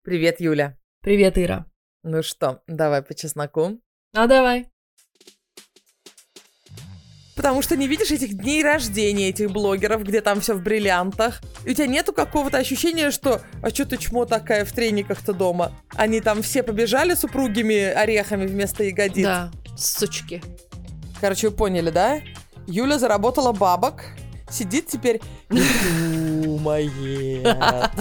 Привет, Юля. Привет, Ира. Ну что, давай по чесноку. Давай. Потому что не видишь этих дней рождения этих блогеров, где там все в бриллиантах. И у тебя нету какого-то ощущения, что «А что ты чмо такая в трениках-то дома?» Они там все побежали с упругими орехами вместо ягодиц. Да, сучки. Короче, вы поняли, да? Юля заработала бабок, сидит теперь и думает.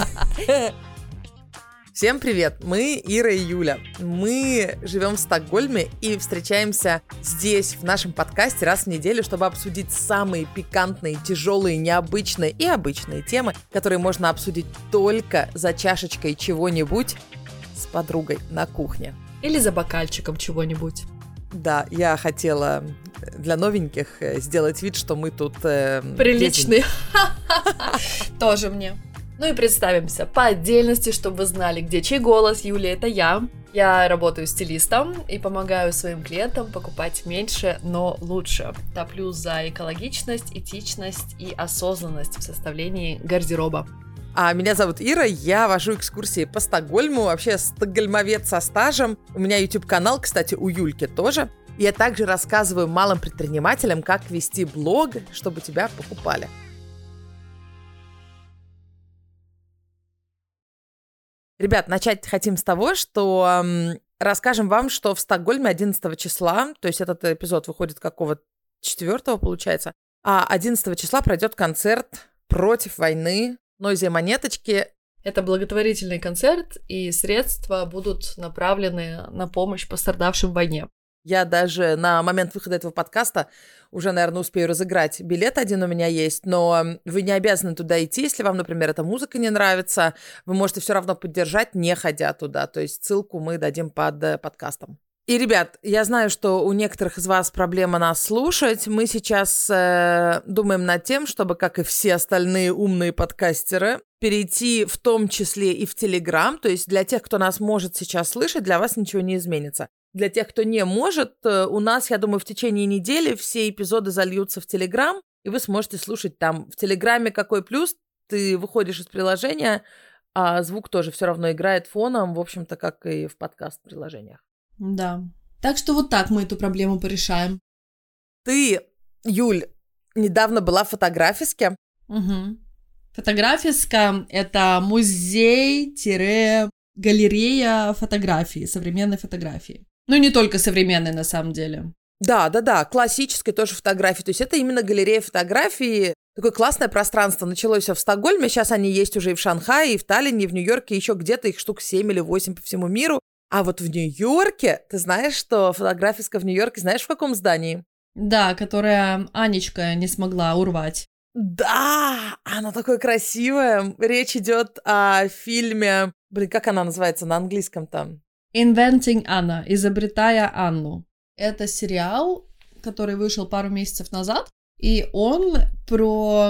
Всем привет, мы Ира и Юля. Мы живем в Стокгольме и встречаемся здесь, в нашем подкасте, раз в неделю, чтобы обсудить самые пикантные, тяжелые, необычные и обычные темы, которые можно обсудить только за чашечкой чего-нибудь с подругой на кухне. Или за бокальчиком чего-нибудь. Да, я хотела для новеньких сделать вид, что мы тут... Приличные. Тоже мне. Ну и представимся по отдельности, чтобы вы знали, где чей голос. Юля, это я. Я работаю стилистом и помогаю своим клиентам покупать меньше, но лучше. Топлю за экологичность, этичность и осознанность в составлении гардероба. А меня зовут Ира, я вожу экскурсии по Стокгольму, вообще стокгольмовед со стажем. У меня YouTube-канал, кстати, у Юльки тоже. Я также рассказываю малым предпринимателям, как вести блог, чтобы тебя покупали. Ребят, начать хотим с того, что расскажем вам, что в Стокгольме 11 числа, то есть этот эпизод выходит какого 4-го, получается, а 11 числа пройдет концерт против войны Noisia Монеточки. Это благотворительный концерт, и средства будут направлены на помощь пострадавшим в войне. Я даже на момент выхода этого подкаста уже, наверное, успею разыграть. Билет один у меня есть, но вы не обязаны туда идти, если вам, например, эта музыка не нравится. Вы можете все равно поддержать, не ходя туда. То есть ссылку мы дадим под подкастом. И, ребят, я знаю, что у некоторых из вас проблема нас слушать. Мы сейчас думаем над тем, чтобы, как и все остальные умные подкастеры, перейти в том числе и в Телеграм. То есть для тех, кто нас может сейчас слышать, для вас ничего не изменится. Для тех, кто не может, у нас, я думаю, в течение недели все эпизоды зальются в Телеграм, и вы сможете слушать там. В Телеграме какой плюс? Ты выходишь из приложения, а звук тоже все равно играет фоном, в общем-то, как и в подкаст-приложениях. Да. Так что вот так мы эту проблему порешаем. Ты, Юль, недавно была в Фотографиске. Угу. Фотографиска — это музей-галерея фотографии, современной фотографии. Ну, не только современной, на самом деле. Да, классической тоже фотографии. То есть это именно галерея фотографии. Такое классное пространство. Началось все в Стокгольме, сейчас они есть уже и в Шанхае, и в Таллине, и в Нью-Йорке, еще где-то их штук 7 или 8 по всему миру. А вот в Нью-Йорке, ты знаешь, что фотографиска в Нью-Йорке, знаешь, в каком здании? Да, которое Анечка не смогла урвать. Да, она такое красивое. Речь идет о фильме... как она называется на английском там? Inventing Anna, изобретая Анну. Это сериал, который вышел пару месяцев назад, и он про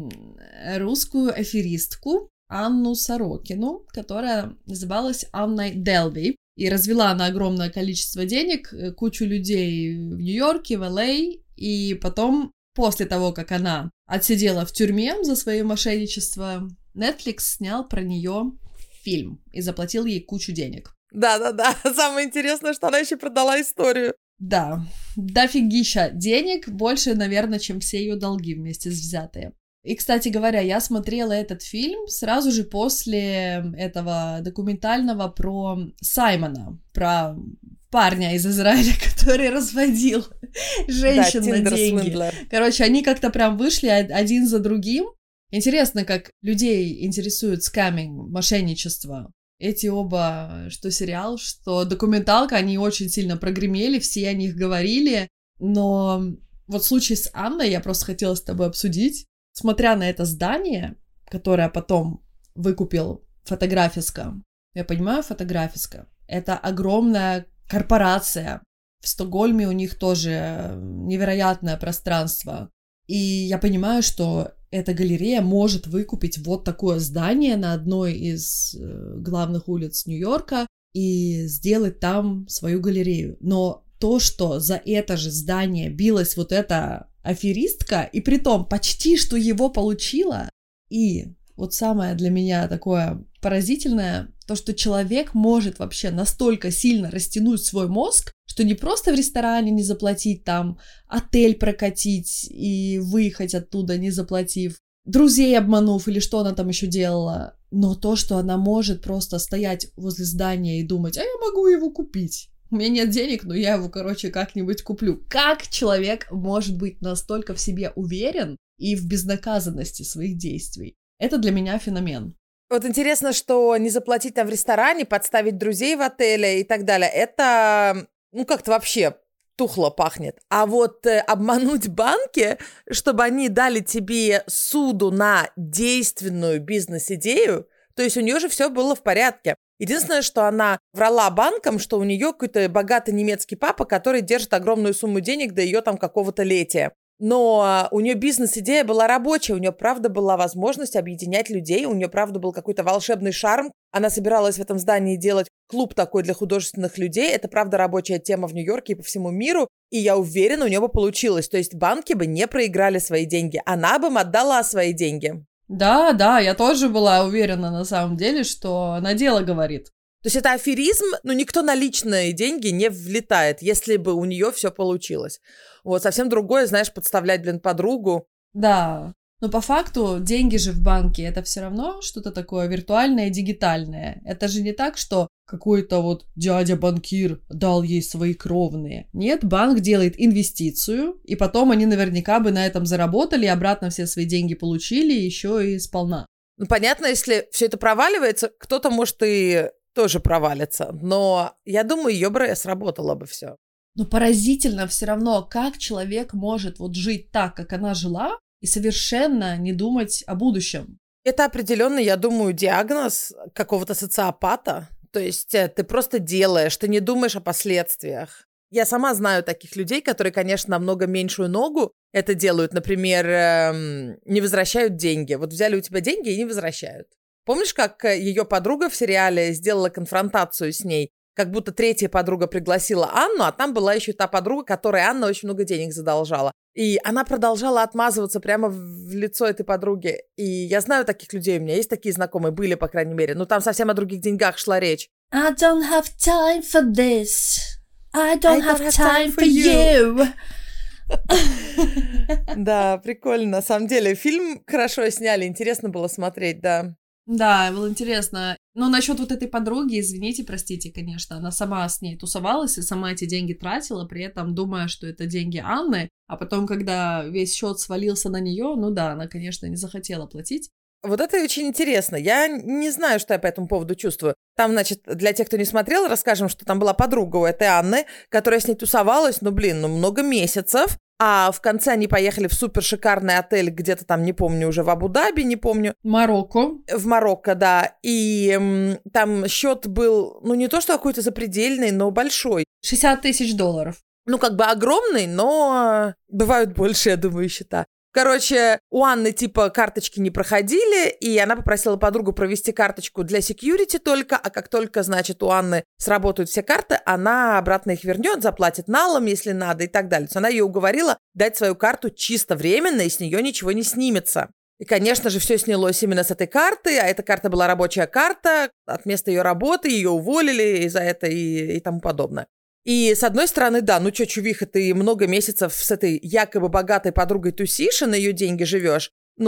русскую аферистку Анну Сорокину, которая называлась Анной Делби, и развела она огромное количество денег, кучу людей в Нью-Йорке, в Л.А., и потом, после того, как она отсидела в тюрьме за свое мошенничество, Netflix снял про нее фильм и заплатил ей кучу денег. Да. Самое интересное, что она еще продала историю. Да, дофигища денег, больше, наверное, чем все ее долги вместе взятые. И, кстати говоря, я смотрела этот фильм сразу же после этого документального про Саймона, про парня из Израиля, который разводил женщин на деньги. Свиндлер. Короче, они как-то прям вышли один за другим. Интересно, как людей интересует скамминг, мошенничество. Эти оба, что сериал, что документалка, они очень сильно прогремели, все о них говорили. Но вот случай с Анной я просто хотела с тобой обсудить. Смотря на это здание, которое потом выкупил Фотографиска, я понимаю, Фотографиска — это огромная корпорация. В Стокгольме у них тоже невероятное пространство. И я понимаю, что эта галерея может выкупить вот такое здание на одной из главных улиц Нью-Йорка и сделать там свою галерею. Но то, что за это же здание билась вот эта аферистка, и притом почти что его получила, и вот самое для меня такое поразительное, То, что человек может вообще настолько сильно растянуть свой мозг, что не просто в ресторане не заплатить, там, отель прокатить и выехать оттуда, не заплатив, друзей обманув или что она там еще делала, но то, что она может просто стоять возле здания и думать, а я могу его купить. У меня нет денег, но я его, как-нибудь куплю. Как человек может быть настолько в себе уверен и в безнаказанности своих действий? Это для меня феномен. Вот интересно, что не заплатить там в ресторане, подставить друзей в отеле и так далее, это, как-то вообще тухло пахнет. А вот обмануть банки, чтобы они дали тебе суду на действенную бизнес-идею, то есть у нее же все было в порядке. Единственное, что она врала банкам, что у нее какой-то богатый немецкий папа, который держит огромную сумму денег до ее там какого-то летия. Но у нее бизнес-идея была рабочая, у нее, правда, была возможность объединять людей, у нее, правда, был какой-то волшебный шарм. Она собиралась в этом здании делать клуб такой для художественных людей. Это, правда, рабочая тема в Нью-Йорке и по всему миру. И я уверена, у нее бы получилось. То есть банки бы не проиграли свои деньги, она бы им отдала свои деньги. Да, я тоже была уверена на самом деле, что она дело говорит. То есть это аферизм, но никто на личные деньги не влетает, если бы у нее все получилось. Вот, совсем другое, знаешь, подставлять, подругу. Да, но по факту деньги же в банке это все равно что-то такое виртуальное, дигитальное. Это же не так, что какой-то вот дядя-банкир дал ей свои кровные. Нет, банк делает инвестицию, и потом они наверняка бы на этом заработали, обратно все свои деньги получили, еще и сполна. Понятно, если все это проваливается, кто-то, может, и тоже провалится. Но я думаю, ее бы сработало бы все. Но поразительно все равно, как человек может вот жить так, как она жила, и совершенно не думать о будущем. Это определенно, я думаю, диагноз какого-то социопата. То есть ты просто делаешь, ты не думаешь о последствиях. Я сама знаю таких людей, которые, конечно, намного меньшую ногу это делают. Например, не возвращают деньги. Вот взяли у тебя деньги и не возвращают. Помнишь, как ее подруга в сериале сделала конфронтацию с ней? Как будто третья подруга пригласила Анну, а там была еще та подруга, которой Анна очень много денег задолжала. И она продолжала отмазываться прямо в лицо этой подруги. И я знаю таких людей, у меня есть такие знакомые, были, по крайней мере. Но там совсем о других деньгах шла речь. I don't have time for this. I don't have time for you. Да, прикольно. На самом деле, фильм хорошо сняли, интересно было смотреть, да. Да, было интересно. Но насчет вот этой подруги, извините, простите, конечно, она сама с ней тусовалась и сама эти деньги тратила, при этом думая, что это деньги Анны, а потом, когда весь счет свалился на нее, ну да, она, конечно, не захотела платить. Вот это очень интересно. Я не знаю, что я по этому поводу чувствую. Там, значит, для тех, кто не смотрел, расскажем, что там была подруга у этой Анны, которая с ней тусовалась, много месяцев. А в конце они поехали в супер шикарный отель где-то там, не помню уже, в Абу-Даби, не помню. Марокко. В Марокко, да. И там счет был, не то что какой-то запредельный, но большой. $60 тысяч. Огромный, но бывают больше, я думаю, счета. Короче, у Анны типа карточки не проходили, и она попросила подругу провести карточку для security только, а как только, значит, у Анны сработают все карты, она обратно их вернет, заплатит налом, если надо, и так далее. То есть она ее уговорила дать свою карту чисто временно, и с нее ничего не снимется. И, конечно же, все снялось именно с этой карты, а эта карта была рабочая карта, от места ее работы, ее уволили из-за это и тому подобное. И, с одной стороны, да, чувиха, ты много месяцев с этой якобы богатой подругой тусишь и на ее деньги живешь,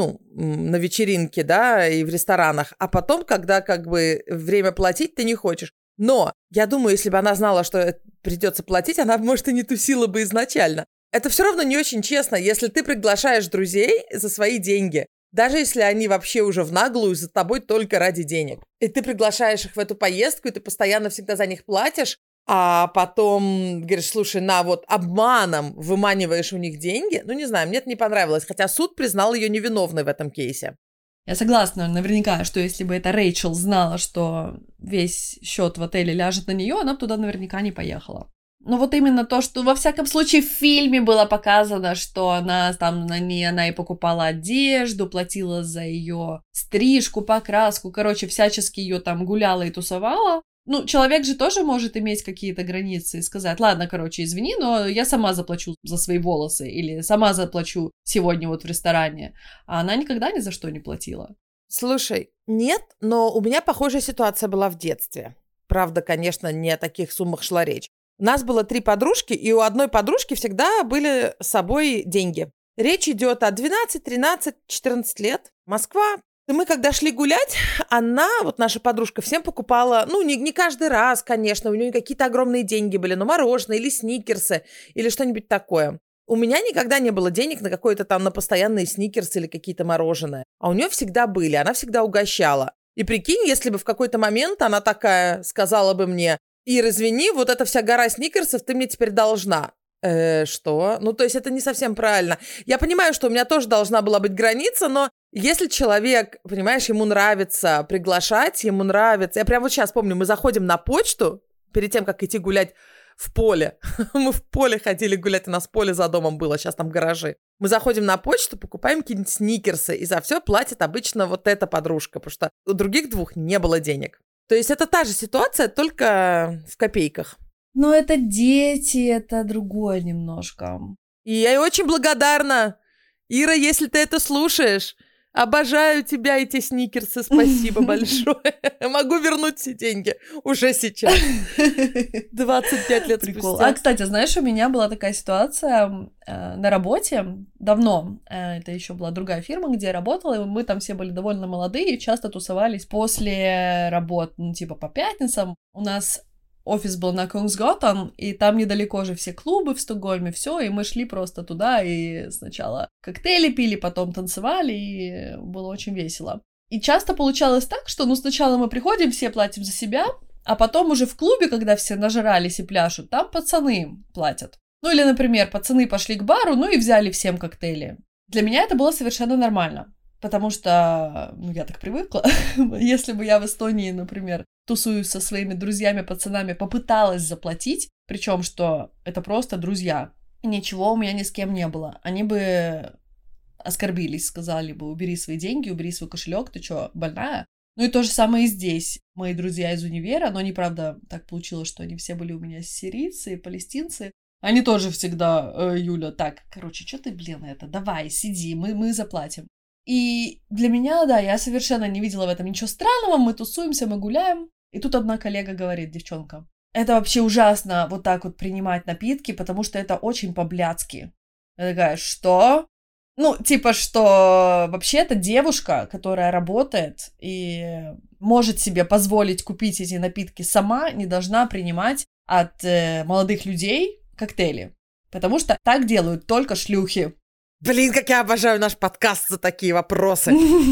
на вечеринке, да, и в ресторанах, а потом, когда время платить, ты не хочешь. Но я думаю, если бы она знала, что придется платить, она, может, и не тусила бы изначально. Это все равно не очень честно, если ты приглашаешь друзей за свои деньги, даже если они вообще уже в наглую за тобой только ради денег. И ты приглашаешь их в эту поездку, и ты постоянно всегда за них платишь, а потом говоришь, слушай, обманом выманиваешь у них деньги. Не знаю, мне это не понравилось, хотя суд признал ее невиновной в этом кейсе. Я согласна, наверняка, что если бы эта Рэйчел знала, что весь счет в отеле ляжет на нее, она бы туда наверняка не поехала. Но вот именно то, что во всяком случае в фильме было показано, что она там она и покупала одежду, платила за ее стрижку, покраску, всячески ее там гуляла и тусовала. Человек же тоже может иметь какие-то границы и сказать, ладно, извини, но я сама заплачу за свои волосы или сама заплачу сегодня вот в ресторане. А она никогда ни за что не платила. Слушай, нет, но у меня похожая ситуация была в детстве. Правда, конечно, не о таких суммах шла речь. У нас было 3 подружки, и у одной подружки всегда были с собой деньги. Речь идет о 12, 13, 14 лет. Москва. И мы, когда шли гулять, она, вот наша подружка, всем покупала, ну, не каждый раз, конечно, у нее какие-то огромные деньги были, но мороженое или сникерсы, или что-нибудь такое. У меня никогда не было денег на какое-то там, на постоянные сникерсы или какие-то мороженое. А у нее всегда были, она всегда угощала. И прикинь, если бы в какой-то момент она такая сказала бы мне: «Ир, извини, вот эта вся гора сникерсов ты мне теперь должна». Что? Ну, то есть это не совсем правильно. Я понимаю, что у меня тоже должна была быть граница, но если человек, понимаешь, ему нравится приглашать, ему нравится... Я прям вот сейчас помню, мы заходим на почту перед тем, как идти гулять в поле. Мы в поле ходили гулять, у нас поле за домом было, сейчас там гаражи. Мы заходим на почту, покупаем какие-нибудь сникерсы, и за все платит обычно вот эта подружка, потому что у других двух не было денег. То есть это та же ситуация, только в копейках. Но это дети, это другое немножко. И я ей очень благодарна. Ира, если ты это слушаешь, обожаю тебя и те сникерсы, спасибо большое. Могу вернуть все деньги уже сейчас. 25 лет Прикол. спустя. А, кстати, знаешь, у меня была такая ситуация на работе давно. Это еще была другая фирма, где я работала, и мы там все были довольно молодые и часто тусовались после работ, ну, типа по пятницам. У нас офис был на Кунгсгаттен, и там недалеко же все клубы в Стокгольме, все, и мы шли просто туда, и сначала коктейли пили, потом танцевали, и было очень весело. И часто получалось так, что, ну, сначала мы приходим, все платим за себя, а потом уже в клубе, когда все нажрались и пляшут, там пацаны платят. Ну, или, например, пацаны пошли к бару, ну, и взяли всем коктейли. Для меня это было совершенно нормально, потому что, ну, я так привыкла. Если бы я в Эстонии, например, тусуюсь со своими друзьями-пацанами, попыталась заплатить, причем что это просто друзья, ничего у меня ни с кем не было. Они бы оскорбились, сказали бы: убери свои деньги, убери свой кошелек, ты что, больная? Ну и то же самое и здесь. Мои друзья из универа, но они, правда, так получилось, что они все были у меня сирийцы и палестинцы. Они тоже всегда: Юля, так, короче, что ты, блин, это, давай, сиди, мы заплатим. И для меня, да, я совершенно не видела в этом ничего странного, мы тусуемся, мы гуляем. И тут одна коллега говорит: девчонка, это вообще ужасно вот так вот принимать напитки, потому что это очень по-блядски. Я такая: что? Ну, типа, что вообще-то девушка, которая работает и может себе позволить купить эти напитки сама, не должна принимать от молодых людей коктейли. Потому что так делают только шлюхи. Блин, как я обожаю наш подкаст за такие вопросы.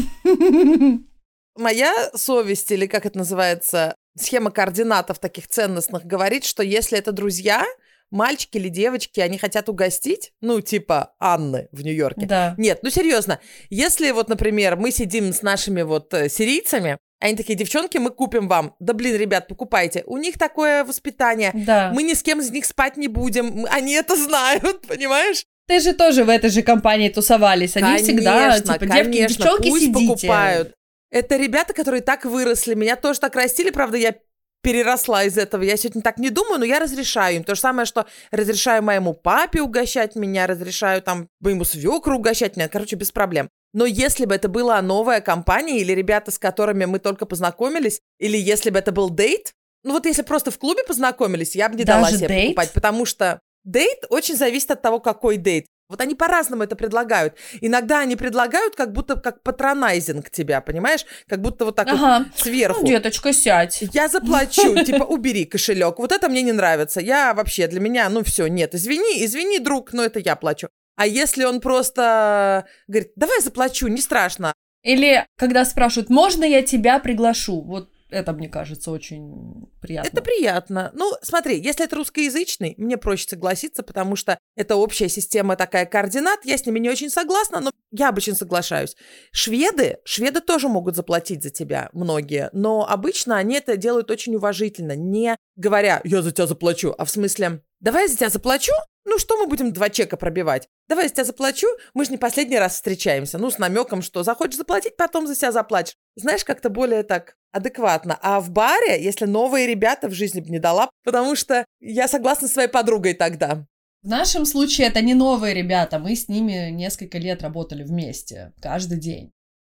Моя совесть, или как это называется, схема координатов таких ценностных, говорит, что если это друзья, мальчики или девочки, они хотят угостить, ну, типа Анны в Нью-Йорке. Да. Нет, ну, серьезно, если вот, например, мы сидим с нашими вот сирийцами, они такие: девчонки, мы купим вам. Да, блин, ребят, покупайте. У них такое воспитание. Да. Мы ни с кем из них спать не будем. Они это знают, понимаешь? Ты же тоже в этой же компании тусовались. Они Конечно, всегда, типа, девки, девчонки, пусть сидите. Покупают. Это ребята, которые так выросли. Меня тоже так растили, правда, я переросла из этого. Я сегодня так не думаю, но я разрешаю им. То же самое, что разрешаю моему папе угощать меня, разрешаю там моему свекру угощать меня. Короче, без проблем. Но если бы это была новая компания или ребята, с которыми мы только познакомились, или если бы это был дейт, ну вот если просто в клубе познакомились, я бы не дала себе покупать, потому что дейт очень зависит от того, какой дейт. Вот они по-разному это предлагают. Иногда они предлагают как будто как патронайзинг тебя, понимаешь? Как будто вот так вот сверху. Ну, деточка, сядь. Я заплачу, типа, убери кошелек. Вот это мне не нравится. Я вообще, для меня, ну все, нет, извини, друг, но это я плачу. А если он просто говорит: давай заплачу, не страшно. Или когда спрашивают: можно я тебя приглашу? Вот это, мне кажется, очень приятно. Это приятно. Ну, смотри, если это русскоязычный, мне проще согласиться, потому что это общая система такая координат. Я с ними не очень согласна, но я обычно соглашаюсь. Шведы тоже могут заплатить за тебя, многие, но обычно они это делают очень уважительно, не говоря: я за тебя заплачу, а в смысле: давай я за тебя заплачу. Ну, что мы будем 2 чека пробивать? Давай я за тебя заплачу, мы же не последний раз встречаемся. Ну, с намеком, что захочешь заплатить, потом за себя заплатишь. Знаешь, как-то более так адекватно. А в баре, если новые ребята, в жизни бы не дала, потому что я согласна с своей подругой тогда. В нашем случае это не новые ребята, мы с ними несколько лет работали вместе, каждый день.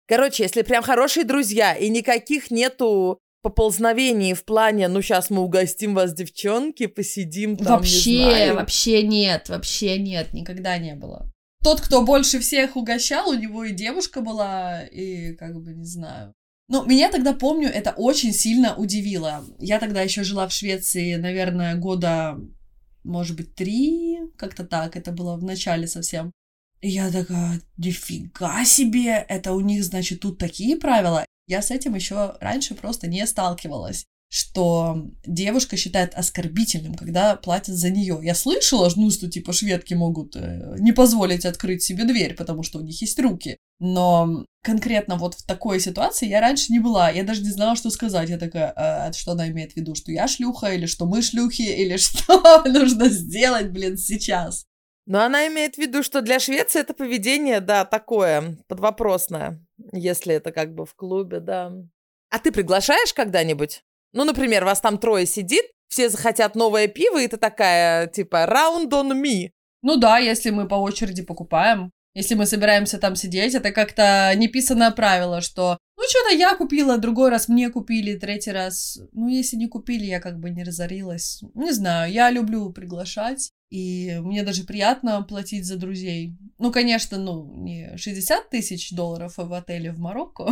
Короче, если прям хорошие друзья и никаких нету поползновений в плане, ну, сейчас мы угостим вас, девчонки, посидим там, не знаю. Вообще нет, никогда не было. Тот, кто больше всех угощал, у него и девушка была, и как бы, не знаю. Ну, меня тогда, помню, это очень сильно удивило. Я тогда еще жила в Швеции, наверное, года, может быть, 3, как-то так, это было в начале совсем. И я такая, нифига себе, это у них, значит, тут такие правила. Я с этим еще раньше просто не сталкивалась, что девушка считает оскорбительным, когда платят за нее. Я слышала, ну, что типа шведки могут не позволить открыть себе дверь, потому что у них есть руки. Но конкретно вот в такой ситуации я раньше не была. Я даже не знала, что сказать. Я такая, что она имеет в виду, что я шлюха, или что мы шлюхи, или что нужно сделать, блин, сейчас. Но она имеет в виду, что для Швеции это поведение, да, такое, подвопросное, если это как бы в клубе, да. А ты приглашаешь когда-нибудь? Ну, например, вас там 3 сидит, все захотят новое пиво, и ты такая, типа, round on me. Ну да, если мы по очереди покупаем. Если мы собираемся там сидеть, это как-то неписанное правило, что ну что-то я купила, другой раз мне купили, третий раз... Ну, если не купили, я как бы не разорилась. Не знаю, я люблю приглашать, и мне даже приятно платить за друзей. Ну, конечно, ну, не 60 тысяч долларов в отеле в Марокко.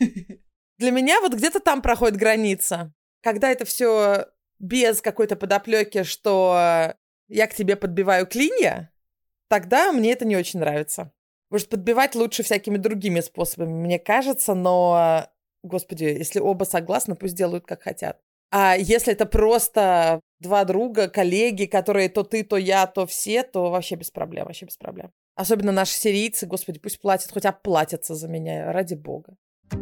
Для меня вот где-то там проходит граница. Когда это все без какой-то подоплеки, что я к тебе подбиваю клинья, тогда мне это не очень нравится. Может, подбивать лучше всякими другими способами, мне кажется, но, господи, если оба согласны, пусть делают, как хотят. А если это просто 2 друга, коллеги, которые то ты, то я, то все, то вообще без проблем, вообще без проблем. Особенно наши сирийцы, господи, пусть платят, хоть оплатятся за меня, ради бога.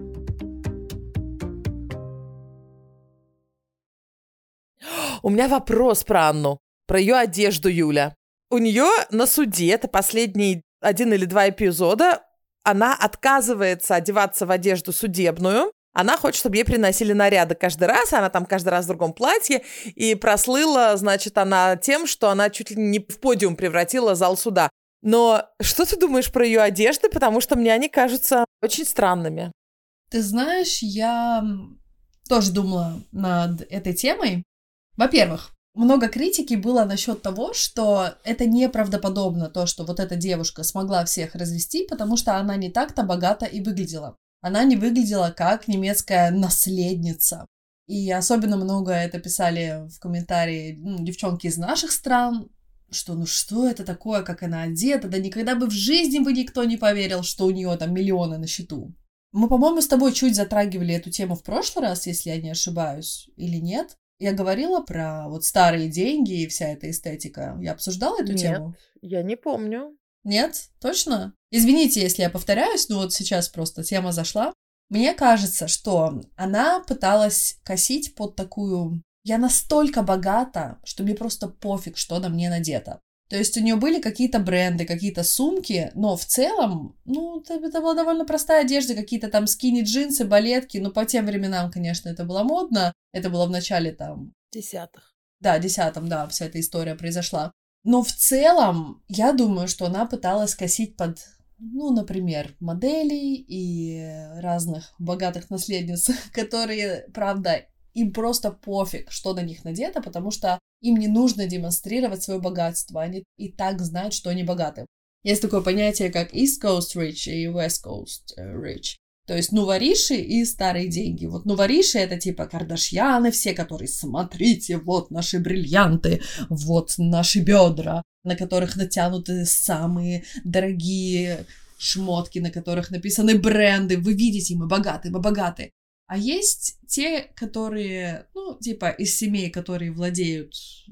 У меня вопрос про Анну, про ее одежду, Юля. У нее на суде, это последние 1 или 2 эпизода, она отказывается одеваться в одежду судебную. Она хочет, чтобы ей приносили наряды каждый раз, она там каждый раз в другом платье, и прослыла, значит, она тем, что она чуть ли не в подиум превратила зал суда. Но что ты думаешь про ее одежды? Потому что мне они кажутся очень странными. Ты знаешь, я тоже думала над этой темой. Во-первых, много критики было насчет того, что это неправдоподобно, то, что вот эта девушка смогла всех развести, потому что она не так-то богата и выглядела. Она не выглядела как немецкая наследница. И особенно много это писали в комментарии девчонки из наших стран, что ну что это такое, как она одета, да никогда бы в жизни бы никто не поверил, что у нее там миллионы на счету. Мы, по-моему, с тобой чуть затрагивали эту тему в прошлый раз, если я не ошибаюсь, или нет? Я говорила про вот старые деньги и вся эта эстетика. Я обсуждала эту тему? Нет, я не помню. Нет? Точно? Извините, если я повторяюсь, но вот сейчас просто тема зашла. Мне кажется, что она пыталась косить под такую... Я настолько богата, что мне просто пофиг, что на мне надето. То есть у нее были какие-то бренды, какие-то сумки, но в целом, ну, это была довольно простая одежда, какие-то там скини-джинсы, балетки, ну, по тем временам, конечно, это было модно, это было в начале там... 10-х. Да, 10-м, да, вся эта история произошла. Но в целом, я думаю, что она пыталась косить под, ну, например, моделей и разных богатых наследниц, которые, правда, им просто пофиг, что на них надето, потому что им не нужно демонстрировать свое богатство, они и так знают, что они богаты. Есть такое понятие, как East Coast Rich и West Coast Rich. То есть нувориши и старые деньги. Вот нувориши — это типа Кардашьяны все, которые, смотрите, вот наши бриллианты, вот наши бедра, на которых натянуты самые дорогие шмотки, на которых написаны бренды. Вы видите, мы богаты, мы богаты. А есть те, которые, ну, типа из семей, которые владеют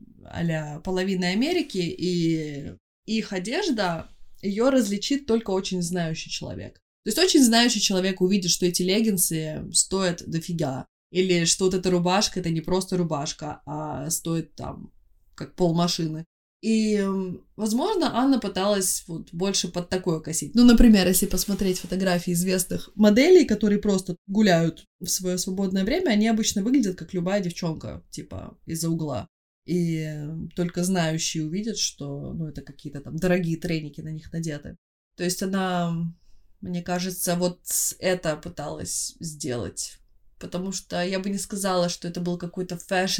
а-ля половиной Америки, и их одежда, ее различит только очень знающий человек. То есть очень знающий человек увидит, что эти леггинсы стоят дофига, или что вот эта рубашка — это не просто рубашка, а стоит там как полмашины. И, возможно, Анна пыталась вот больше под такое косить. Ну, например, если посмотреть фотографии известных моделей, которые просто гуляют в свое свободное время, они обычно выглядят как любая девчонка, типа, из-за угла. И только знающие увидят, что, ну, это какие-то там дорогие треники на них надеты. То есть она Мне кажется, вот это пыталась сделать. Потому что я бы не сказала, что это был какой-то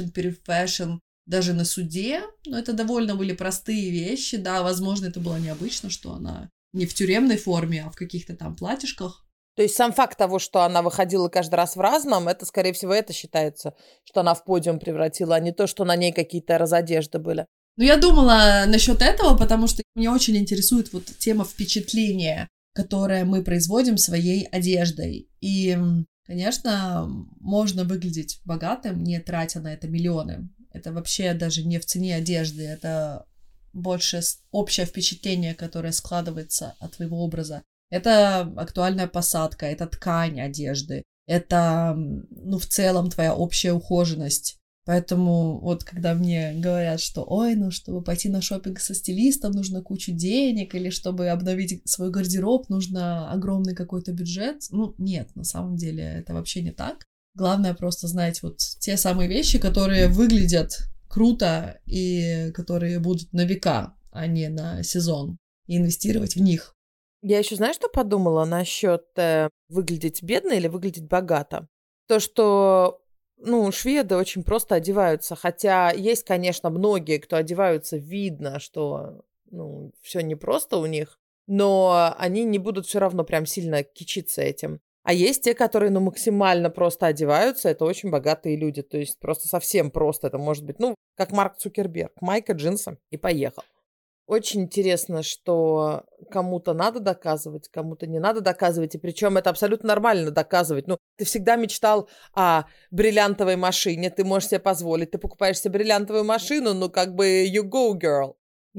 фэшн даже на суде, но это довольно были простые вещи. Да, возможно, это было необычно, что она не в тюремной форме, а в каких-то там платьишках. То есть сам факт того, что она выходила каждый раз в разном, это, скорее всего, это считается, что она в подиум превратила, а не то, что на ней какие-то разодежды были. Ну, я думала насчет этого, потому что меня очень интересует вот тема впечатления, которое мы производим своей одеждой. И, конечно, можно выглядеть богатым, не тратя на это миллионы. Это вообще даже не в цене одежды, это больше общее впечатление, которое складывается от твоего образа. Это актуальная посадка, это ткань одежды, это, ну, в целом твоя общая ухоженность. Поэтому вот когда мне говорят, что ой, ну, чтобы пойти на шопинг со стилистом, нужно кучу денег, или чтобы обновить свой гардероб, нужно огромный какой-то бюджет. Ну, нет, на самом деле это вообще не так. Главное просто знать вот те самые вещи, которые выглядят круто и которые будут на века, а не на сезон, и инвестировать в них. Я еще, знаешь, что подумала насчет выглядеть бедно или выглядеть богато? То, что, ну, шведы очень просто одеваются, хотя есть, конечно, многие, кто одеваются, видно, что, ну, все непросто у них, но они не будут все равно прям сильно кичиться этим. А есть те, которые, ну, максимально просто одеваются, это очень богатые люди, то есть просто совсем просто, это может быть, ну, как Марк Цукерберг, майка, джинсы и поехал. Очень интересно, что кому-то надо доказывать, кому-то не надо доказывать, и причем это абсолютно нормально доказывать. Ну, ты всегда мечтал о бриллиантовой машине, ты можешь себе позволить, ты покупаешь себе бриллиантовую машину, ну, как бы you go, girl.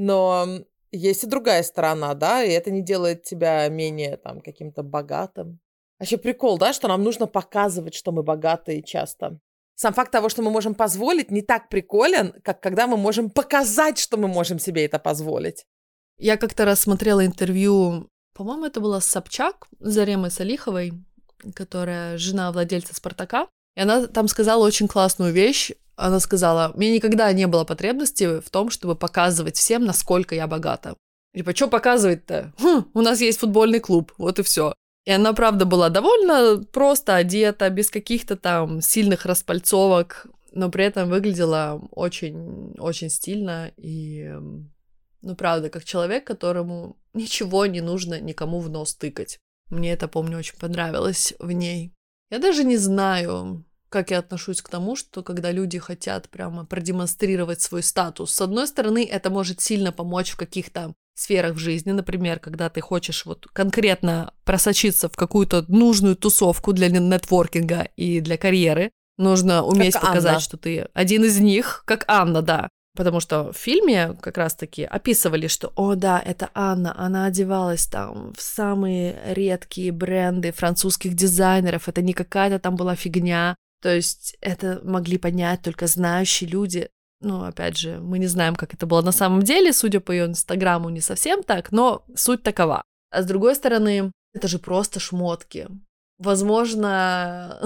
Но есть и другая сторона, да, и это не делает тебя менее там каким-то богатым. Вообще прикол, да, что нам нужно показывать, что мы богатые часто. Сам факт того, что мы можем позволить, не так приколен, как когда мы можем показать, что мы можем себе это позволить. Я как-то раз смотрела интервью, по-моему, это было с Собчак, Заремой Салиховой, которая жена владельца «Спартака». И она там сказала очень классную вещь. Она сказала, мне никогда не было потребности в том, чтобы показывать всем, насколько я богата. Типа, что показывать-то? У нас есть футбольный клуб, вот и все. И она, правда, была довольно просто одета, без каких-то там сильных распальцовок, но при этом выглядела очень стильно и, ну, правда, как человек, которому ничего не нужно никому в нос тыкать. Мне это, помню, очень понравилось в ней. Я даже не знаю, как я отношусь к тому, что когда люди хотят прямо продемонстрировать свой статус. С одной стороны, это может сильно помочь в каких-то сферах в жизни, например, когда ты хочешь вот конкретно просочиться в какую-то нужную тусовку для нетворкинга и для карьеры, нужно уметь как показать, Анна. что ты один из них, как Анна, да. Потому что в фильме как раз-таки описывали, что, о, да, это Анна, она одевалась там в самые редкие бренды французских дизайнеров, это не какая-то там была фигня, то есть это могли понять только знающие люди. Ну, опять же, мы не знаем, как это было на самом деле, судя по ее инстаграму, не совсем так, но суть такова. А с другой стороны, это же просто шмотки. Возможно,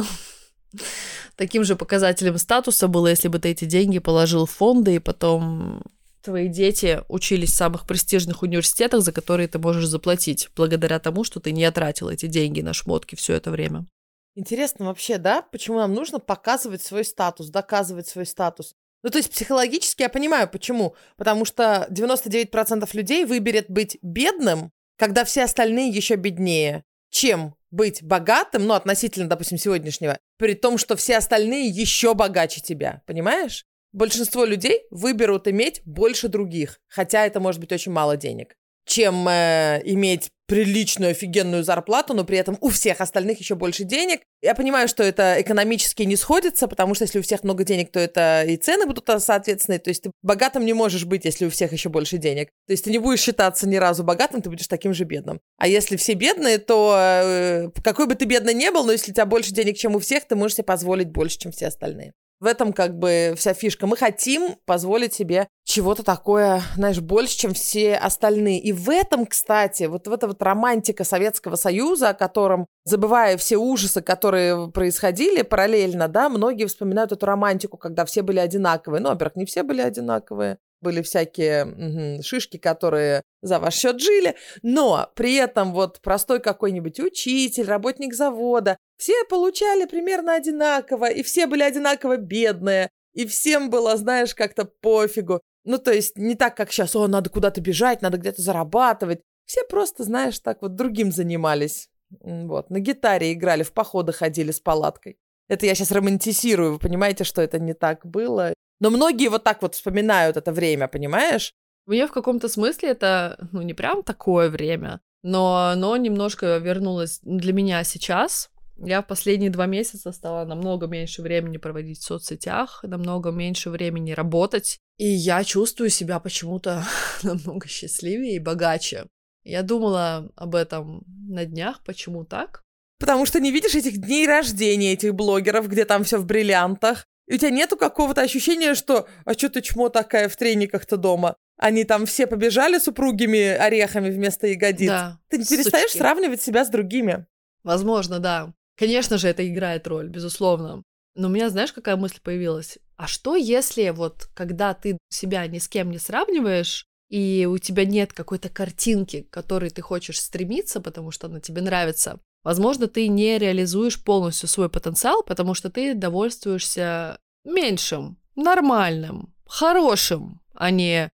таким же показателем статуса было, если бы ты эти деньги положил в фонды, и потом твои дети учились в самых престижных университетах, за которые ты можешь заплатить, благодаря тому, что ты не тратил эти деньги на шмотки все это время. Интересно вообще, да, почему нам нужно показывать свой статус, доказывать свой статус? Ну, то есть психологически я понимаю, почему. Потому что 99% людей выберет быть бедным, когда все остальные еще беднее, чем быть богатым, ну, относительно, допустим, сегодняшнего, при том, что все остальные еще богаче тебя, понимаешь? Большинство людей выберут иметь больше других, хотя это может быть очень мало денег, чем иметь приличную, офигенную зарплату, но при этом у всех остальных еще больше денег. Я понимаю, что это экономически не сходится, потому что если у всех много денег, то это и цены будут соответственные. То есть ты богатым не можешь быть, если у всех еще больше денег. То есть ты не будешь считаться ни разу богатым, ты будешь таким же бедным. А если все бедные, то какой бы ты бедный ни был, но если у тебя больше денег, чем у всех, ты можешь себе позволить больше, чем все остальные. В этом как бы вся фишка. Мы хотим позволить себе чего-то такое, знаешь, больше, чем все остальные. И в этом, кстати, вот в эта вот романтика Советского Союза, о котором, забывая все ужасы, которые происходили параллельно, да, многие вспоминают эту романтику, когда все были одинаковые. Ну, во-первых, не все были одинаковые. были всякие шишки, которые за ваш счет жили, но при этом вот простой какой-нибудь учитель, работник завода, все получали примерно одинаково, и все были одинаково бедные, и всем было, знаешь, как-то пофигу. Ну, то есть не так, как сейчас, надо куда-то бежать, надо где-то зарабатывать. Все просто, знаешь, так вот другим занимались. Вот, на гитаре играли, в походы ходили с палаткой. Это я сейчас романтизирую, вы понимаете, что это не так было. Но многие вот так вот вспоминают это время, понимаешь? Мне в каком-то смысле это, не прям такое время, но оно немножко вернулось для меня сейчас. Я в последние 2 месяца стала намного меньше времени проводить в соцсетях, намного меньше времени работать, и я чувствую себя почему-то намного счастливее и богаче. Я думала об этом на днях, почему так? Потому что не видишь этих дней рождения этих блогеров, где там все в бриллиантах. И у тебя нету какого-то ощущения, что «а что ты чмо такая в трениках-то дома?» Они там все побежали с упругими орехами вместо ягодиц. Да, ты не перестаешь сравнивать себя с другими. Возможно, да. Конечно же, это играет роль, безусловно. Но у меня, знаешь, какая мысль появилась? А что если вот, когда ты себя ни с кем не сравниваешь, и у тебя нет какой-то картинки, к которой ты хочешь стремиться, потому что она тебе нравится, возможно, ты не реализуешь полностью свой потенциал, потому что ты довольствуешься меньшим, нормальным, хорошим, а не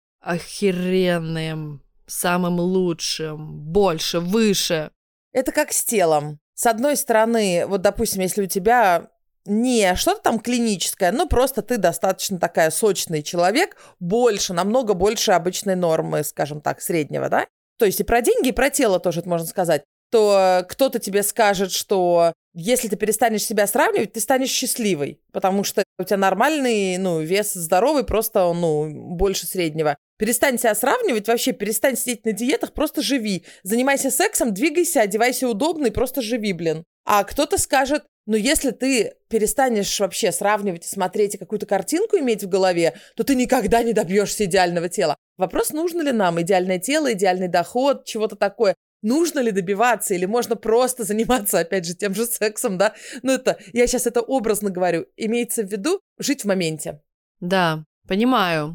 охеренным, самым лучшим, больше, выше. Это как с телом. С одной стороны, вот, допустим, если у тебя не что-то там клиническое, но просто ты достаточно такая сочный человек, больше, намного больше обычной нормы, скажем так, среднего, да? То есть и про деньги, и про тело тоже это можно сказать. То кто-то тебе скажет, что если ты перестанешь себя сравнивать, ты станешь счастливой, потому что у тебя нормальный, вес здоровый, просто, больше среднего. Перестань себя сравнивать, вообще перестань сидеть на диетах, просто живи. Занимайся сексом, двигайся, одевайся удобно и просто живи, блин. А кто-то скажет, если ты перестанешь вообще сравнивать и смотреть и какую-то картинку иметь в голове, то ты никогда не добьешься идеального тела. Вопрос, нужно ли нам идеальное тело, идеальный доход, чего-то такое. Нужно ли добиваться, или можно просто заниматься, опять же, тем же сексом, да? Я сейчас это образно говорю. Имеется в виду жить в моменте. Да, понимаю.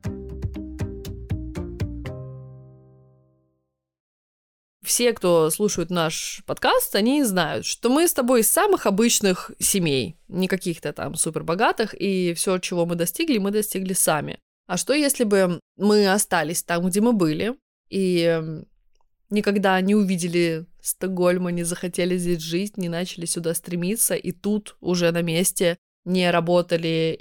Все, кто слушает наш подкаст, они знают, что мы с тобой из самых обычных семей, не каких-то там супербогатых, и все, чего мы достигли сами. А что, если бы мы остались там, где мы были, и никогда не увидели Стокгольма, не захотели здесь жить, не начали сюда стремиться, и тут уже на месте не работали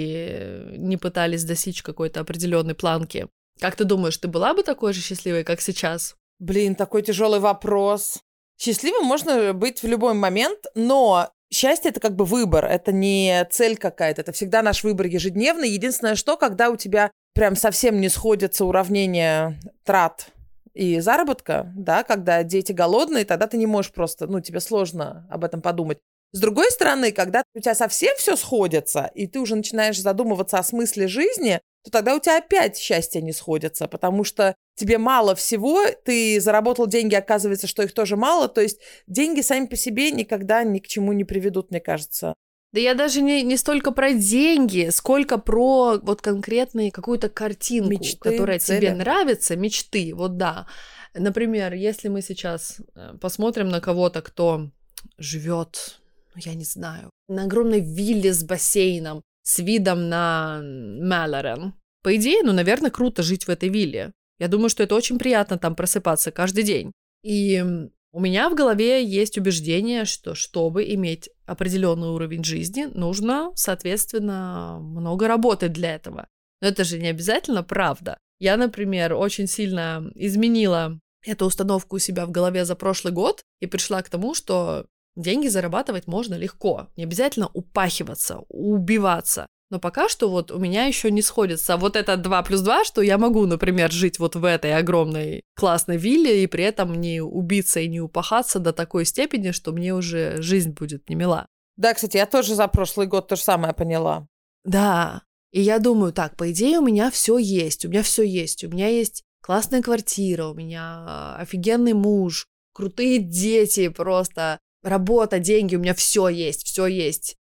и не пытались достичь какой-то определенной планки? Как ты думаешь, ты была бы такой же счастливой, как сейчас? Блин, такой тяжелый вопрос. Счастливым можно быть в любой момент, но счастье — это как бы выбор, это не цель какая-то, это всегда наш выбор ежедневный. Единственное, что когда у тебя прям совсем не сходятся уравнения трат и заработка, да, когда дети голодные, тогда ты не можешь просто, тебе сложно об этом подумать. С другой стороны, когда у тебя совсем все сходится, и ты уже начинаешь задумываться о смысле жизни, то тогда у тебя опять счастье не сходится, потому что тебе мало всего, ты заработал деньги, оказывается, что их тоже мало, то есть деньги сами по себе никогда ни к чему не приведут, мне кажется. Да я даже не столько про деньги, сколько про вот конкретную какую-то картинку, мечты, которая цели. Тебе нравится, мечты, вот да. Например, если мы сейчас посмотрим на кого-то, кто живет, я не знаю, на огромной вилле с бассейном, с видом на Мэлорен. По идее, наверное, круто жить в этой вилле. Я думаю, что это очень приятно там просыпаться каждый день. И у меня в голове есть убеждение, что чтобы иметь определенный уровень жизни, нужно, соответственно, много работать для этого. Но это же не обязательно правда. Я, например, очень сильно изменила эту установку у себя в голове за прошлый год и пришла к тому, что деньги зарабатывать можно легко, не обязательно упахиваться, убиваться. Но пока что вот у меня еще не сходится вот это 2+2, что я могу, например, жить вот в этой огромной классной вилле и при этом не убиться и не упахаться до такой степени, что мне уже жизнь будет не мила. Да, кстати, я тоже за прошлый год то же самое поняла. Да, и я думаю, так, по идее у меня все есть, у меня есть классная квартира, у меня офигенный муж, крутые дети просто... Работа, деньги, у меня все есть.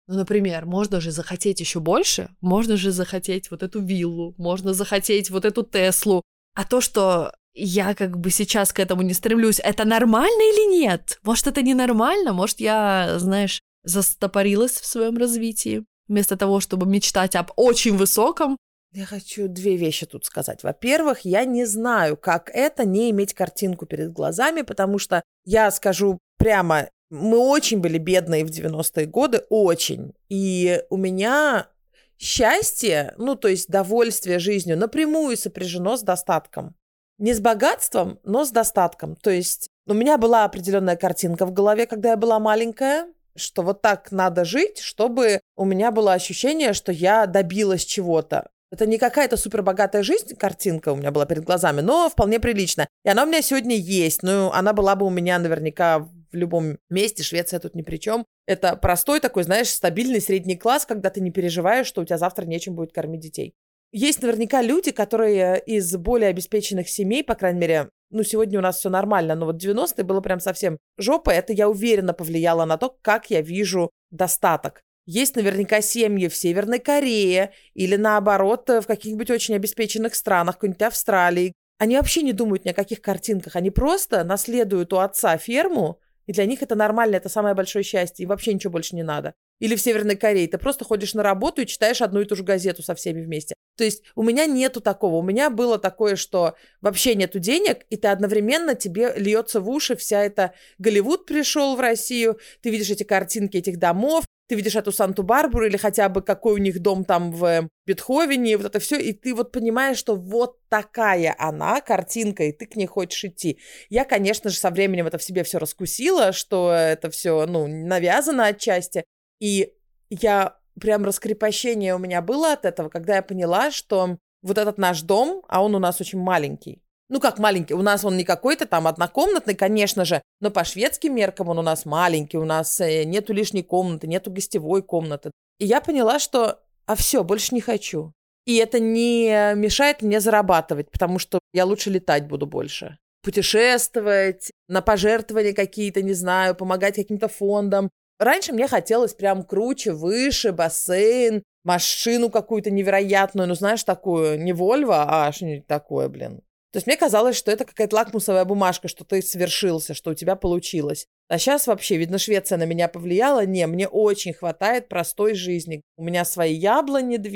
Ну, например, можно же захотеть еще больше, можно же захотеть вот эту виллу, можно захотеть вот эту Теслу. А то, что я как бы сейчас к этому не стремлюсь, это нормально или нет? Может, это ненормально? Может, я, знаешь, застопорилась в своем развитии, вместо того, чтобы мечтать об очень высоком. Я хочу 2 вещи тут сказать. Во-первых, я не знаю, как это не иметь картинку перед глазами, потому что я скажу прямо, мы очень были бедные в 90-е годы, очень. И у меня счастье, ну, то есть довольствие жизнью напрямую сопряжено с достатком. Не с богатством, но с достатком. То есть у меня была определенная картинка в голове, когда я была маленькая, что вот так надо жить, чтобы у меня было ощущение, что я добилась чего-то. Это не какая-то супербогатая жизнь, картинка у меня была перед глазами, но вполне прилично. И она у меня сегодня есть. Ну, она была бы у меня наверняка в любом месте. Швеция тут ни при чем. Это простой такой, знаешь, стабильный средний класс, когда ты не переживаешь, что у тебя завтра нечем будет кормить детей. Есть наверняка люди, которые из более обеспеченных семей, по крайней мере, ну, сегодня у нас все нормально, но вот 90-е было прям совсем жопа. Это, я уверена, повлияло на то, как я вижу достаток. Есть наверняка семьи в Северной Корее или, наоборот, в каких-нибудь очень обеспеченных странах, какой-нибудь Австралии. Они вообще не думают ни о каких картинках. Они просто наследуют у отца ферму, и для них это нормально, это самое большое счастье, и вообще ничего больше не надо. Или в Северной Корее ты просто ходишь на работу и читаешь одну и ту же газету со всеми вместе. То есть у меня нету такого. У меня было такое, что вообще нету денег, и ты одновременно, тебе льется в уши вся эта... Голливуд пришел в Россию, ты видишь эти картинки этих домов, ты видишь эту Санту-Барбару или хотя бы какой у них дом там в Бетховене, и вот это все, и ты вот понимаешь, что вот такая она, картинка, и ты к ней хочешь идти. Я, конечно же, со временем это в себе все раскусила, что это все, ну, навязано отчасти, и я прям раскрепощение у меня было от этого, когда я поняла, что вот этот наш дом, а он у нас очень маленький. Ну, как маленький, у нас он не какой-то там однокомнатный, конечно же, но по шведским меркам он у нас маленький, у нас нету лишней комнаты, нету гостевой комнаты. И я поняла, что, все, больше не хочу. И это не мешает мне зарабатывать, потому что я лучше летать буду больше. Путешествовать, на пожертвования какие-то, не знаю, помогать каким-то фондам. Раньше мне хотелось прям круче, выше, бассейн, машину какую-то невероятную, ну, знаешь, такую, не Volvo, а что-нибудь такое, блин. То есть мне казалось, что это какая-то лакмусовая бумажка, что ты совершился, что у тебя получилось. А сейчас вообще, видно, Швеция на меня повлияла. Не, мне очень хватает простой жизни. У меня свои яблони 2,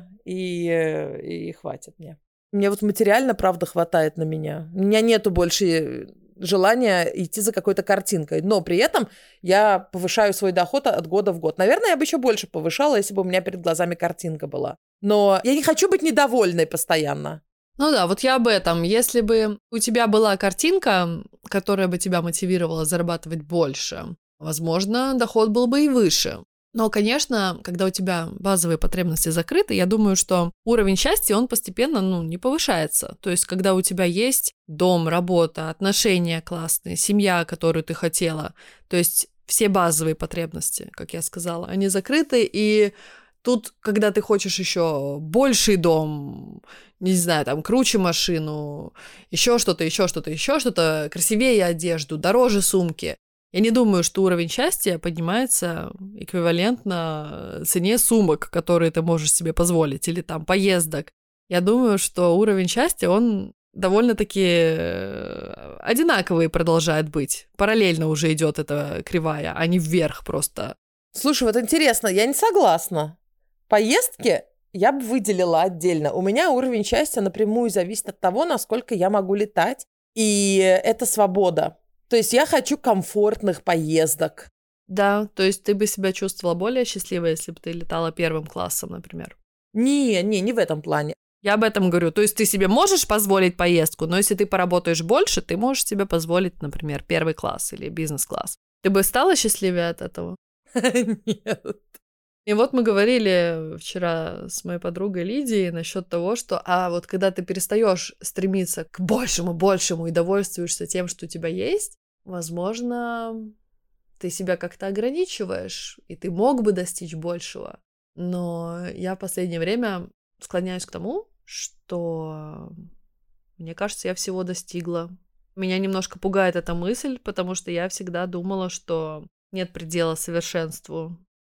и хватит мне. Мне вот материально, правда, хватает на меня. У меня нету больше желания идти за какой-то картинкой. Но при этом я повышаю свой доход от года в год. Наверное, я бы еще больше повышала, если бы у меня перед глазами картинка была. Но я не хочу быть недовольной постоянно. Ну да, вот я об этом. Если бы у тебя была картинка, которая бы тебя мотивировала зарабатывать больше, возможно, доход был бы и выше. Но, конечно, когда у тебя базовые потребности закрыты, я думаю, что уровень счастья, он постепенно, не повышается. То есть, когда у тебя есть дом, работа, отношения классные, семья, которую ты хотела, то есть все базовые потребности, как я сказала, они закрыты, и тут, когда ты хочешь еще больший дом, не знаю, там, круче машину, еще что-то, красивее одежду, дороже сумки, я не думаю, что уровень счастья поднимается эквивалентно цене сумок, которые ты можешь себе позволить, или там поездок. Я думаю, что уровень счастья, он довольно-таки одинаковый продолжает быть. Параллельно уже идет эта кривая, а не вверх просто. Слушай, вот интересно, я не согласна. Поездки я бы выделила отдельно. У меня уровень счастья напрямую зависит от того, насколько я могу летать, и это свобода. То есть я хочу комфортных поездок. Да, то есть ты бы себя чувствовала более счастливой, если бы ты летала первым классом, например? Не в этом плане. Я об этом говорю. То есть ты себе можешь позволить поездку, но если ты поработаешь больше, ты можешь себе позволить, например, первый класс или бизнес-класс. Ты бы стала счастливее от этого? Нет. И вот мы говорили вчера с моей подругой Лидией насчет того, что вот когда ты перестаешь стремиться к большему и довольствуешься тем, что у тебя есть, возможно, ты себя как-то ограничиваешь, и ты мог бы достичь большего. Но я в последнее время склоняюсь к тому, что, мне кажется, я всего достигла. Меня немножко пугает эта мысль, потому что я всегда думала, что нет предела совершенству.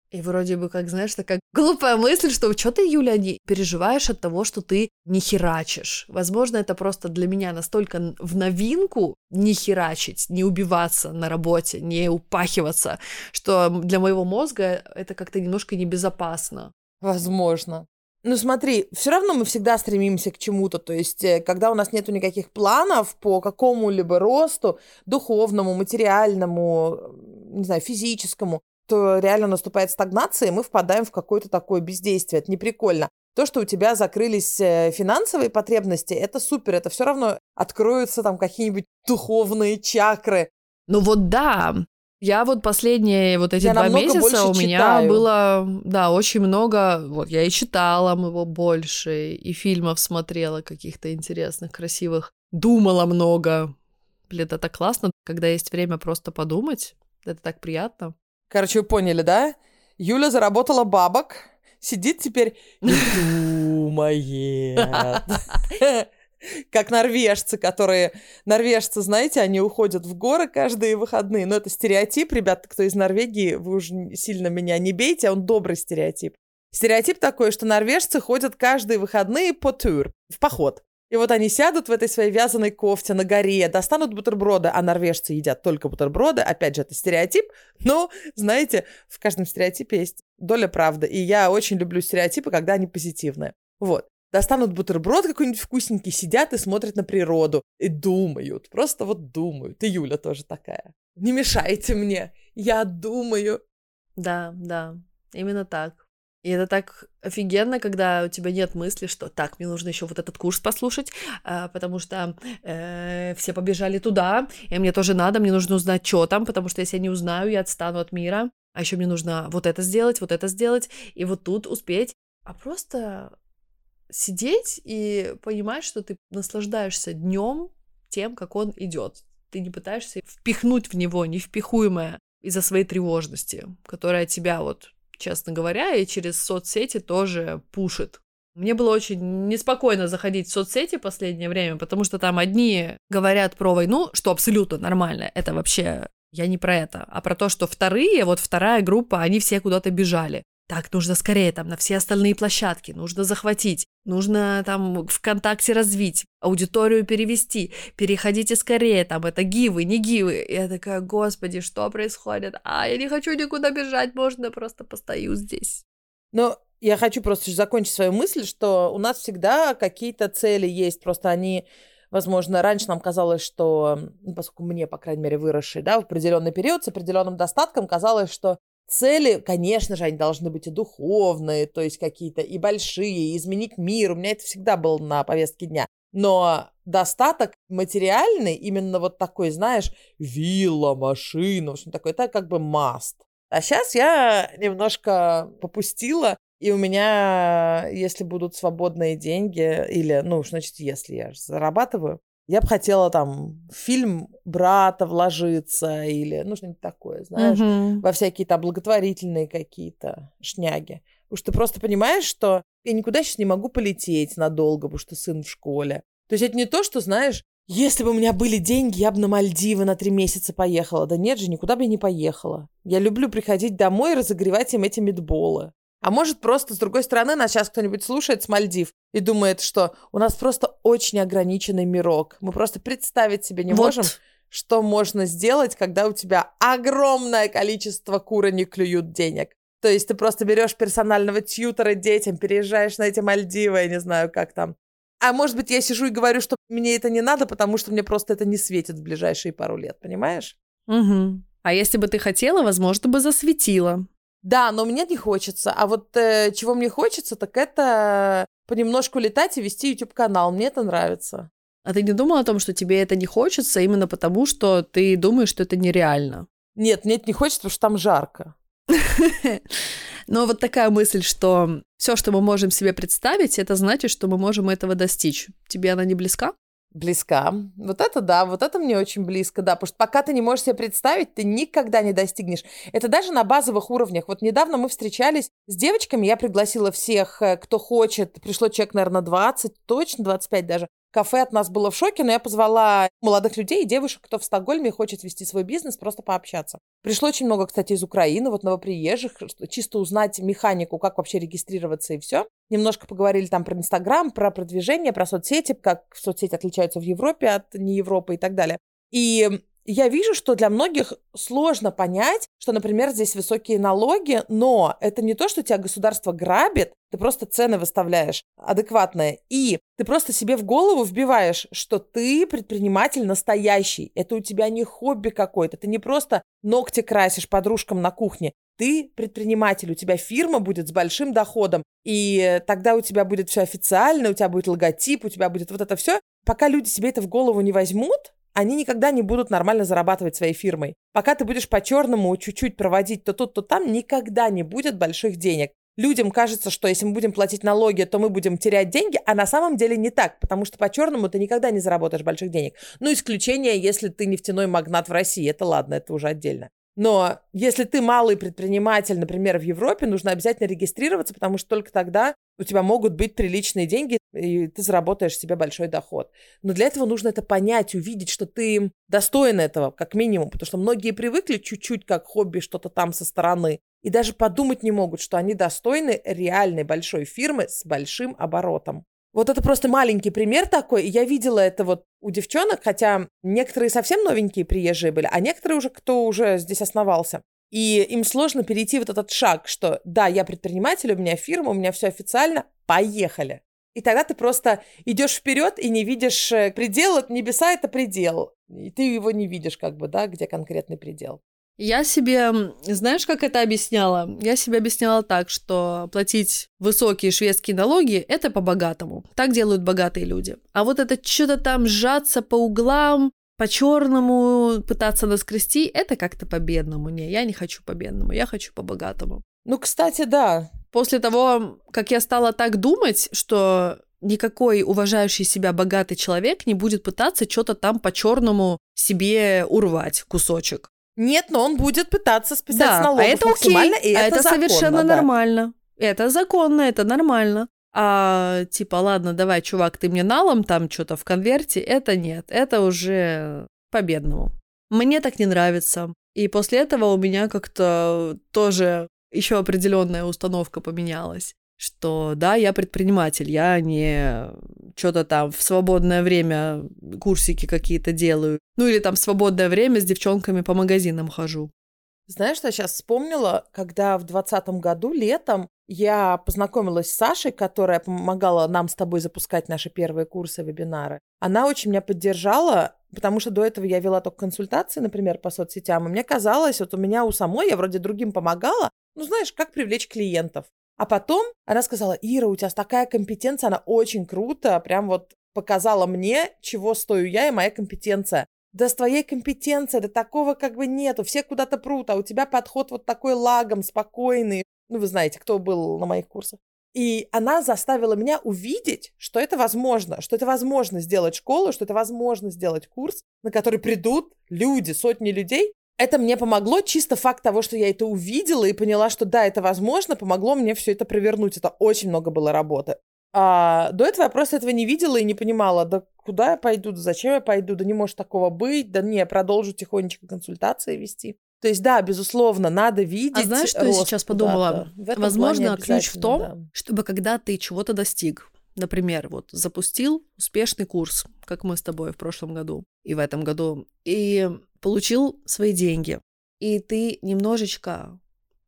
И вроде бы, как, знаешь, такая глупая мысль, что ты, Юля, не переживаешь от того, что ты не херачишь. Возможно, это просто для меня настолько в новинку не херачить, не убиваться на работе, не упахиваться, что для моего мозга это как-то немножко небезопасно. Возможно. Ну смотри, все равно мы всегда стремимся к чему-то, то есть когда у нас нету никаких планов по какому-либо росту, духовному, материальному, не знаю, физическому, то реально наступает стагнация, и мы впадаем в какое-то такое бездействие. Это не прикольно. То, что у тебя закрылись финансовые потребности, это супер, это все равно откроются там какие-нибудь духовные чакры. Ну вот да, я вот последние вот эти 2 месяца у меня было, да, очень много, вот я и читала его больше, и фильмов смотрела каких-то интересных, красивых, думала много. Блин, это так классно, когда есть время просто подумать, это так приятно. Короче, вы поняли, да? Юля заработала бабок, сидит теперь и думает. Как норвежцы, Норвежцы, знаете, они уходят в горы каждые выходные. Но это стереотип, ребята, кто из Норвегии, вы уже сильно меня не бейте, он добрый стереотип. Стереотип такой, что норвежцы ходят каждые выходные по тур, в поход. И вот они сядут в этой своей вязаной кофте на горе, достанут бутерброды, а норвежцы едят только бутерброды. Опять же, это стереотип, но, знаете, в каждом стереотипе есть доля правды. И я очень люблю стереотипы, когда они позитивные. Вот. Достанут бутерброд какой-нибудь вкусненький, сидят и смотрят на природу. И думают, просто вот думают. И Юля тоже такая. Не мешайте мне, я думаю. Да, именно так. И это так офигенно, когда у тебя нет мысли, что так, мне нужно еще вот этот курс послушать, потому что все побежали туда, и мне тоже надо, мне нужно узнать, что там, потому что если я не узнаю, я отстану от мира, а еще мне нужно вот это сделать, и вот тут успеть, а просто сидеть и понимать, что ты наслаждаешься днем тем, как он идет. Ты не пытаешься впихнуть в него невпихуемое из-за своей тревожности, которая тебя вот, честно говоря, и через соцсети тоже пушит. Мне было очень неспокойно заходить в соцсети в последнее время, потому что там одни говорят про войну, что абсолютно нормально, это вообще, я не про это, а про то, что вторая группа, они все куда-то бежали. Так, нужно скорее там на все остальные площадки, нужно захватить, нужно там ВКонтакте развить, аудиторию перевести, переходите скорее, там это гивы, не гивы. И я такая, господи, что происходит? Я не хочу никуда бежать, можно просто постою здесь. Но я хочу просто закончить свою мысль, что у нас всегда какие-то цели есть, просто они, возможно, раньше нам казалось, что, поскольку мне, по крайней мере, выросшие, да, в определенный период с определенным достатком, казалось, что цели, конечно же, они должны быть и духовные, то есть какие-то и большие, и изменить мир. У меня это всегда было на повестке дня. Но достаток материальный, именно вот такой, знаешь, вилла, машина, в общем, такой, это как бы must. А сейчас я немножко попустила, и у меня, если будут свободные деньги, или, значит, если я зарабатываю, я бы хотела там в фильм «Брата» вложиться или, что-нибудь такое, знаешь, во всякие там благотворительные какие-то шняги. Потому что ты просто понимаешь, что я никуда сейчас не могу полететь надолго, потому что сын в школе. То есть это не то, что, знаешь, если бы у меня были деньги, я бы на Мальдивы на 3 месяца поехала. Да нет же, никуда бы я не поехала. Я люблю приходить домой и разогревать им эти митболы. А может, просто, с другой стороны, нас сейчас кто-нибудь слушает с Мальдив и думает, что у нас просто очень ограниченный мирок. Мы просто представить себе не можем, что можно сделать, когда у тебя огромное количество кур не клюют денег. То есть ты просто берешь персонального тьютера детям, переезжаешь на эти Мальдивы, я не знаю, как там. А может быть, я сижу и говорю, что мне это не надо, потому что мне просто это не светит в ближайшие пару лет, понимаешь? Угу. А если бы ты хотела, возможно, бы засветила. Да, но мне не хочется. А вот чего мне хочется, так это понемножку летать и вести YouTube-канал. Мне это нравится. А ты не думала о том, что тебе это не хочется именно потому, что ты думаешь, что это нереально? Нет, мне это не хочется, потому что там жарко. Но вот такая мысль, что все, что мы можем себе представить, это значит, что мы можем этого достичь. Тебе она не близка? Близка. Вот это да, вот это мне очень близко, да, потому что пока ты не можешь себе представить, ты никогда не достигнешь. Это даже на базовых уровнях. Вот недавно мы встречались с девочками, я пригласила всех, кто хочет, пришло человек, наверное, 20, точно 25 даже, кафе от нас было в шоке, но я позвала молодых людей и девушек, кто в Стокгольме хочет вести свой бизнес, просто пообщаться. Пришло очень много, кстати, из Украины, вот новоприезжих, чисто узнать механику, как вообще регистрироваться и все. Немножко поговорили там про Инстаграм, про продвижение, про соцсети, как соцсети отличаются в Европе от не Европы и так далее. И я вижу, что для многих сложно понять, что, например, здесь высокие налоги, но это не то, что тебя государство грабит, ты просто цены выставляешь адекватные, и ты просто себе в голову вбиваешь, что ты предприниматель настоящий, это у тебя не хобби какое-то, ты не просто ногти красишь подружкам на кухне, ты предприниматель, у тебя фирма будет с большим доходом, и тогда у тебя будет все официально, у тебя будет логотип, у тебя будет вот это все. Пока люди себе это в голову не возьмут, они никогда не будут нормально зарабатывать своей фирмой. Пока ты будешь по-черному чуть-чуть проводить то тут, то там, никогда не будет больших денег. Людям кажется, что если мы будем платить налоги, то мы будем терять деньги, а на самом деле не так, потому что по-черному ты никогда не заработаешь больших денег. Ну, исключение, если ты нефтяной магнат в России, это ладно, это уже отдельно. Но если ты малый предприниматель, например, в Европе, нужно обязательно регистрироваться, потому что только тогда у тебя могут быть приличные деньги, и ты заработаешь себе большой доход. Но для этого нужно это понять, увидеть, что ты достоин этого, как минимум, потому что многие привыкли чуть-чуть как хобби что-то там со стороны, и даже подумать не могут, что они достойны реальной большой фирмы с большим оборотом. Вот это просто маленький пример такой, и я видела это вот у девчонок, хотя некоторые совсем новенькие приезжие были, а некоторые уже, кто уже здесь основался. И им сложно перейти вот этот шаг, что да, я предприниматель, у меня фирма, у меня все официально, поехали. И тогда ты просто идешь вперед и не видишь предел, небеса — это предел, и ты его не видишь как бы, да, где конкретный предел. Я себе, знаешь, как это объясняла? Я себе объясняла так, что платить высокие шведские налоги – это по-богатому. Так делают богатые люди. А вот это что-то там сжаться по углам, по-черному пытаться наскрести – это как-то по-бедному. Не, я не хочу по-бедному, я хочу по-богатому. Ну, кстати, да. После того, как я стала так думать, что никакой уважающий себя богатый человек не будет пытаться что-то там по-черному себе урвать кусочек. Нет, но он будет пытаться списать с налогов это максимально, окей, и это совершенно законно, да. нормально. Это законно, это нормально. А типа, ладно, давай, чувак, ты мне налом там что-то в конверте, это нет, это уже по-бедному. Мне так не нравится. И после этого у меня как-то тоже еще определенная установка поменялась. Что да, я предприниматель, я не что-то там в свободное время курсики какие-то делаю. Ну или там в свободное время с девчонками по магазинам хожу. Знаешь, что я сейчас вспомнила, когда в 2020 году летом я познакомилась с Сашей, которая помогала нам с тобой запускать наши первые курсы, вебинары. Она очень меня поддержала, потому что до этого я вела только консультации, например, по соцсетям, и мне казалось, вот у меня у самой, я вроде другим помогала, ну знаешь, как привлечь клиентов. А потом она сказала: Ира, у тебя такая компетенция, она очень круто, прям вот показала мне, чего стою я и моя компетенция. Да с твоей компетенцией, да такого как бы нету, все куда-то прут, а у тебя подход вот такой лагом, спокойный. Ну, вы знаете, кто был на моих курсах. И она заставила меня увидеть, что это возможно сделать школу, что это возможно сделать курс, на который придут люди, сотни людей. Это мне помогло, чисто факт того, что я это увидела и поняла, что да, это возможно, помогло мне все это провернуть. Это очень много было работы. А до этого я просто этого не видела и не понимала, да куда я пойду, да зачем я пойду, да не может такого быть, да не, я продолжу тихонечко консультации вести. То есть, да, безусловно, надо видеть. А знаешь, что я сейчас подумала? Возможно, ключ в том, чтобы когда ты чего-то достиг, например, вот запустил успешный курс, как мы с тобой в прошлом году и в этом году, и получил свои деньги, и ты немножечко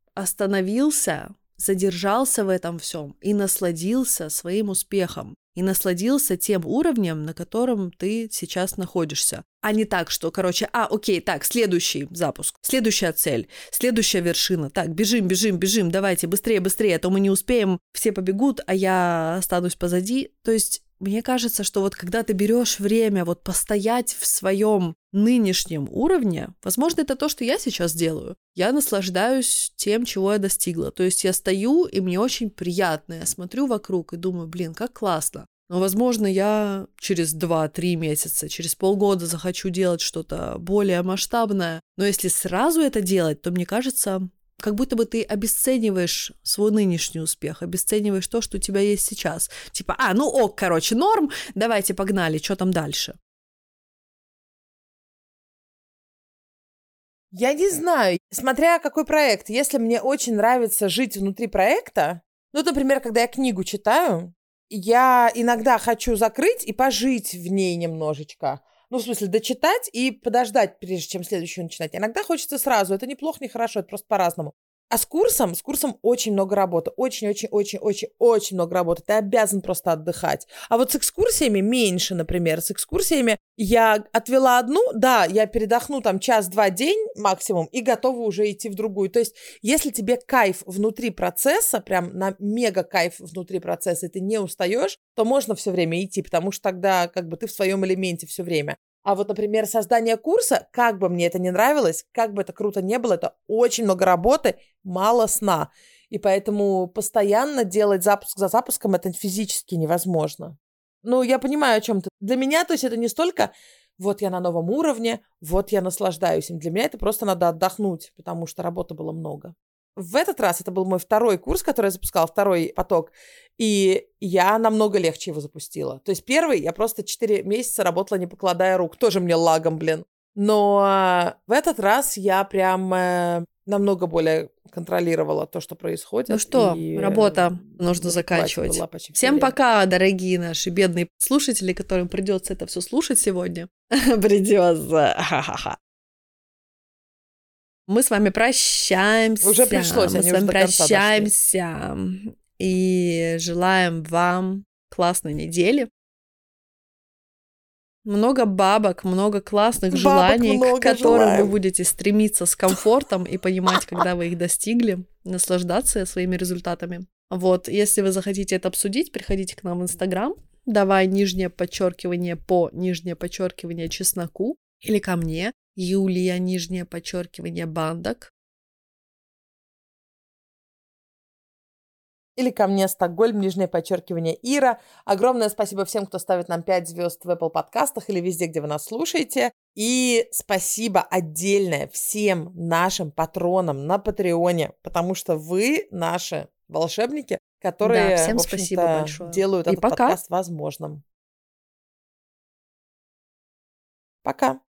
остановился, задержался в этом всем и насладился своим успехом, и насладился тем уровнем, на котором ты сейчас находишься. А не так, что, окей, так, следующий запуск, следующая цель, следующая вершина, так, бежим, давайте, быстрее, а то мы не успеем, все побегут, а я останусь позади. То есть мне кажется, что вот когда ты берешь время вот постоять в своем нынешнем уровне, возможно, это то, что я сейчас делаю. Я наслаждаюсь тем, чего я достигла. То есть я стою, и мне очень приятно. Я смотрю вокруг и думаю, блин, как классно. Но, возможно, я через 2-3 месяца, через полгода захочу делать что-то более масштабное. Но если сразу это делать, то, мне кажется, как будто бы ты обесцениваешь свой нынешний успех, обесцениваешь то, что у тебя есть сейчас. Типа, короче, норм, давайте погнали, что там дальше? Я не знаю, смотря какой проект. Если мне очень нравится жить внутри проекта, например, когда я книгу читаю, я иногда хочу закрыть и пожить в ней немножечко. В смысле, дочитать и подождать, прежде чем следующую начинать. Иногда хочется сразу. Это неплохо, не хорошо, это просто по-разному. А с курсом очень много работы. Очень-очень-очень-очень много работы. Ты обязан просто отдыхать. А вот с экскурсиями меньше, например. С экскурсиями я отвела одну, да, я передохну там час-два день максимум и готова уже идти в другую. То есть, если тебе кайф внутри процесса, прям на мега кайф внутри процесса, и ты не устаешь, то можно все время идти, потому что тогда как бы ты в своем элементе все время. А вот, например, создание курса, как бы мне это не нравилось, как бы это круто не было, это очень много работы, мало сна. И поэтому постоянно делать запуск за запуском это физически невозможно. Я понимаю, о чем ты. Для меня, то есть, это не столько вот я на новом уровне, вот я наслаждаюсь им. Для меня это просто надо отдохнуть, потому что работы было много. В этот раз это был мой второй курс, который я запускала, второй поток, и я намного легче его запустила. То есть первый я просто 4 месяца работала, не покладая рук. Тоже мне лагом, блин. Но в этот раз я прям намного более контролировала то, что происходит. Работа нужно заканчивать. Всем пока, дорогие наши бедные слушатели, которым придется это все слушать сегодня. Придется. Мы с вами прощаемся. Уже пришлось, мы с вами прощаемся. И желаем вам классной недели. Много бабок, много классных желаний, к которым вы будете стремиться с комфортом и понимать, когда вы их достигли, наслаждаться своими результатами. Вот, если вы захотите это обсудить, приходите к нам в Инстаграм, давай _по_чесноку, или ко мне, Юлия _Бандок. Или ко мне, Стокгольм, _Ира. Огромное спасибо всем, кто ставит нам 5 звезд в Apple подкастах или везде, где вы нас слушаете. И спасибо отдельное всем нашим патронам на Патреоне, потому что вы наши волшебники, которые, всем спасибо большое. Делают этот подкаст возможным. Пока.